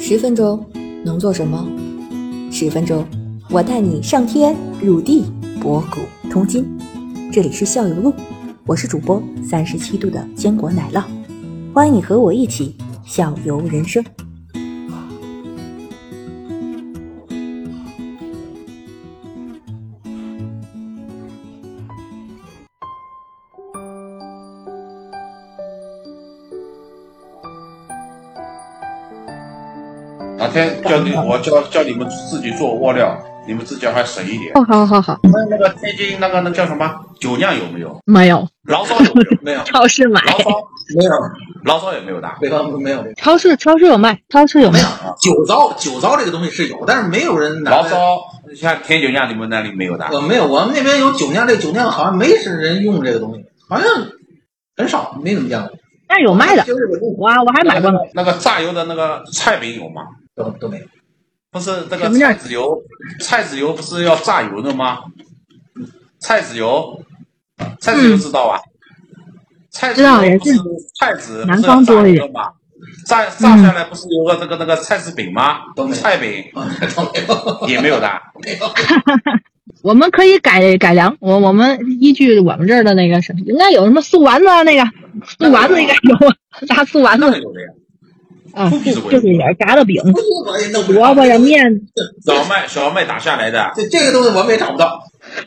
10分钟能做什么？10分钟，我带你上天入地，博古通今。这里是校友录，我是主播37度的坚果奶酪，欢迎你和我一起校游人生。 哪天我教你们自己做窝料，你们自己还省一点。 好。 你们那个天津那个叫什么酒酿有没有？ 没有。 醪糟有没有？ 没有。 超市买。 醪糟没有。 醪糟也没有的。 北方没有。 超市有卖， 没有。酒糟这个东西是有，但是没有人拿。 醪糟像甜酒酿，你们那里没有的？ 没有，我们那边有酒酿，这酒酿好像没什人用这个东西，好像很少，没怎么见过。 但是有卖的，我还买过呢。 那个榨油的那个菜饼有吗？ 都没有。 不是那个菜籽油不是要榨油的吗？菜籽油知道吧？菜籽油不是菜籽南方多一点嘛？榨下来不是有个那个菜籽饼吗？菜饼也没有的。 我们可以改良，我们依据我们这儿的那个什么，应该有什么素丸子那个素丸子应该有炸素丸子。就是一点炸的饼，萝卜呀面， 小麦打下来的， 这个东西我们也找不到，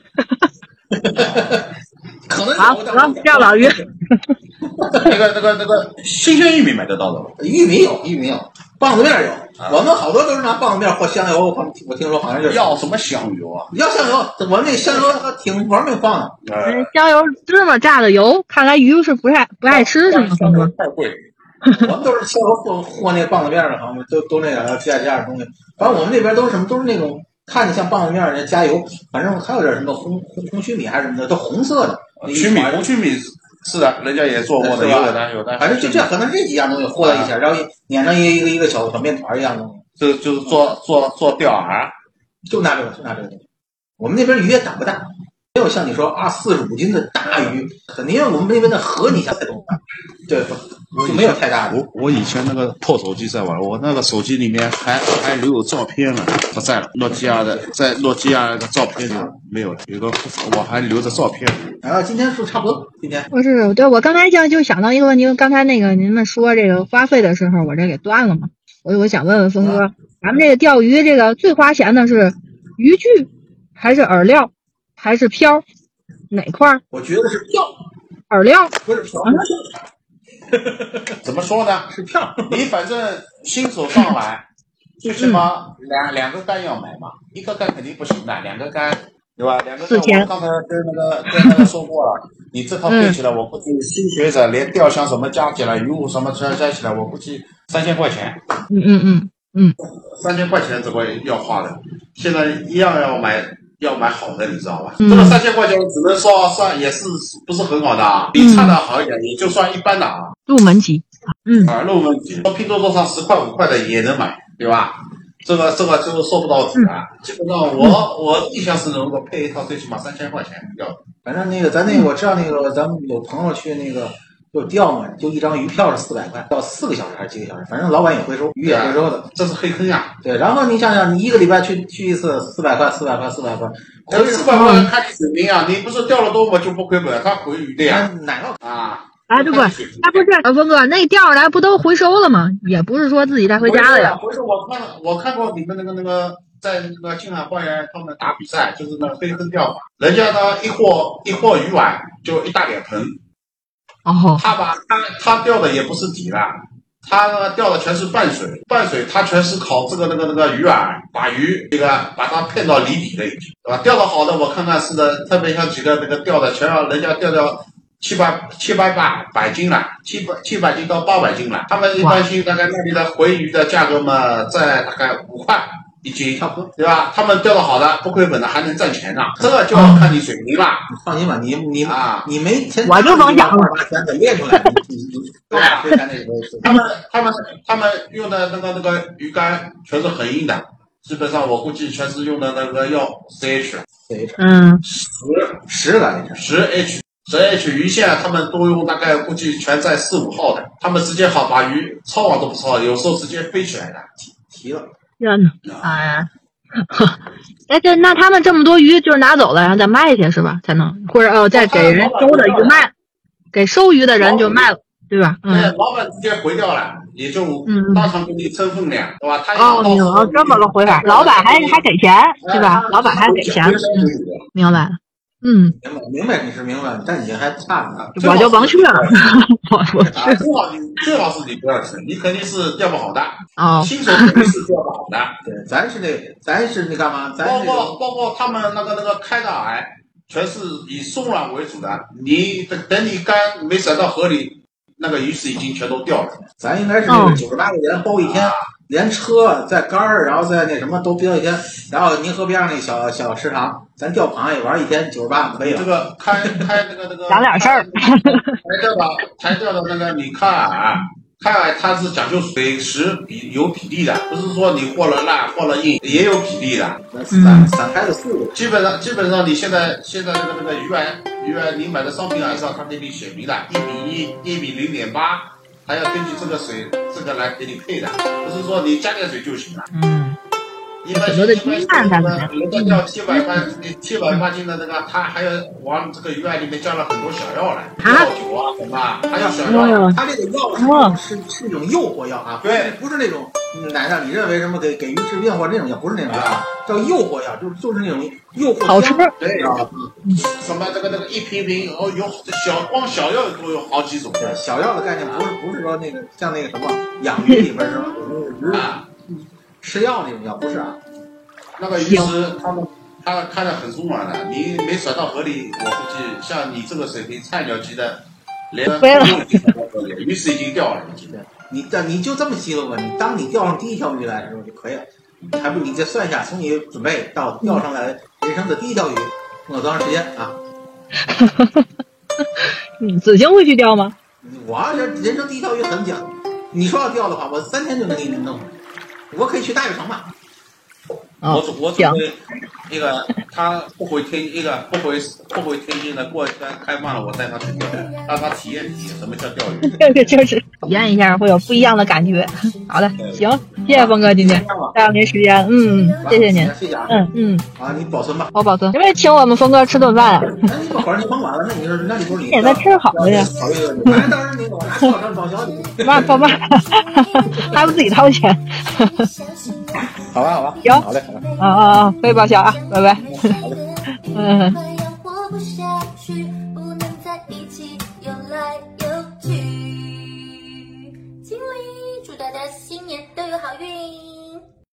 可能好，钓老鱼。 那个新鲜玉米买得到的吗？ 玉米有，棒子面有，我们好多都是拿棒子面或香油，我听说好像是要什么香油啊？ 要香油，我们那香油还挺玩命放的。 香油芝麻榨的油，看来鱼是不爱吃是吗？ 太贵。我们都是香油和那棒子面的，好像都那个加点东西。反正我们这边都是什么，都是那种看着像棒子面的加油，反正还有点什么红曲米还是什么的，都红色的。 红曲米是的，人家也做过的，有的。 反正就这可能这几样东西和在一起，然后碾成一个小面团一样的。 这就是做钓饵， 就拿这个东西。我们那边鱼也长不大，没有像你说45斤的大鱼，肯定我们那边的河你想太多，对，就没有太大的。 我以前那个破手机在玩，我那个手机里面还留有照片了，不在了。诺基亚的那个照片里没有，有个我还留着照片。 然后今天是差不多，今天我刚才就想到一个问题，刚才那个您们说这个花费的时候，我这给断了嘛。我想问问峰哥，咱们这个钓鱼这个最花钱的是渔具还是饵料还是漂？哪块？ 我觉得是漂。 饵料不是漂。 怎么说呢？ 是漂。 你反正新手上来，最起码两个竿要买嘛，一个竿肯定不行的，两个竿对吧？两个竿我刚才跟那个说过了，你这套配起来，我估计新学者连钓箱什么加起来，鱼物什么加起来，我估计3000块钱。3000块钱这个要花的，现在一样要买好的，你知道吧？这个3000块钱只能说算也是不是很好的啊，比差的好一点，也就算一般的啊。 入门级。 入门级，拼多多上10块5块的也能买，对吧？这个就是说不到底啊。基本上我印象是能够配一套最起码3000块钱要。 反正那个咱那个我知道那个咱们有朋友去那个就钓嘛，就一张鱼票是400块，钓4个小时还是几个小时，反正老板也回收，鱼也回收的， 这是黑坑呀。 对，然后你想想，你一个礼拜去一次400块，这400 块看你水平啊，你不是钓了多么就不亏本，他回鱼的呀。 哪个啊？ 对不？他不是峰哥，那钓上来不都回收了吗？也不是说自己带回家的呀。 不是，我看过你们那个在那个青海花园他们打比赛，就是那个黑坑钓法，人家呢一货鱼碗就一大脸盆。他钓的也不是底了，他钓的全是半水，他全是靠这个那个鱼饵把鱼把它骗到离底了已经，对吧？钓的好的我看看是的，特别像几个那个钓的全让人家钓到700斤了，700斤到800斤了。他们一般性大概那里的回鱼的价格嘛，在大概5块1斤，差不多，对吧？他们钓的好的不亏本的还能赚钱呢，这个就要看你水平了。 你放心吧，你没钱， 我就甭讲了， 把钱给练出来，对吧？ 他们用的那个鱼竿全是很硬的，基本上我估计全是用的那个要10H， 10H 鱼线，他们都用大概估计全在4、5号的，他们直接好把鱼抄网都不抄，有时候直接飞起来的。 齐了。 天呐，哎呀，哎，那他们这么多鱼就是拿走了，然后再卖去是吧？才能或者再给人收的鱼卖，给收鱼的人就卖了，对吧？ 老板直接回掉了，也就当场给你称分量，对吧？他这么个回法，老板还给钱，对吧？老板还给钱，明白了。 明白你是明白，但你还差呢。 我就甭去了，我去。 最好是你不要吃，你肯定是钓不好的。新手肯定是钓不好的。 对，咱是那干嘛？ 包括他们那个开的饵，全是以松软为主的。你等你竿没甩到河里，那个鱼是已经全都掉了。 咱应该是那个98块钱包一天。连车在杆儿，然后在那什么都标一天，然后宁河边上那小池塘，咱钓螃蟹玩一天98可以了。 这个开那个讲点事儿。 台钓的那个你看啊，开饵它是讲究水池有比例的，不是说你和了烂和了硬也有比例的。 散开的速度， 基本上你现在那个鱼饵你买的商品饵上它给你写明的1:1、1:0.8。还要根据这个水来给你配的，不是说你加点水就行了。一般人家钓700斤的那个，他还要往这个鱼饵里面加了很多小药来，药酒啊什么，还有小药。 他这个药是一种诱惑药啊， 对， 不是那种让你认为什么给鱼治病或者那种药，不是那种药，叫诱惑药，就是那种诱惑好吃。 对啊，什么这个一瓶有光小药都有好几种。 小药的概念不是说那个像那个什么养鱼里边什么吃药那种药，不是啊。 那个鱼池他开的很松软的，你没甩到河里，我估计像你这个水平菜鸟级的，连鱼池已经掉了。 你就这么记录吧，当你钓上第一条鱼来的时候就可以了。还不你再算一下，从你准备到钓上来人生的第一条鱼，用了多长时间啊？ 子晴会去钓吗？ 我这人生第一条鱼很简单，你说要钓的话，我3天就能给你弄。我可以去大悦城嘛。 我准备那个他不回天津的，过一天开放了，我带他去钓，让他体验什么叫钓鱼。 对，就是体验一下，会有不一样的感觉。好的，行，谢谢峰哥今天占用您时间，谢谢您， 谢谢啊，你保存吧， 我保存，因为请我们峰哥吃顿饭啊。 一会儿你甭管了，那你不是你也在吃好的呀？ 反正到时候你我拿票上报销你， 报还不自己掏钱。 好吧， 行， 好嘞， 可以报销啊，拜拜。 好嘞， 祝大家新年都有好运。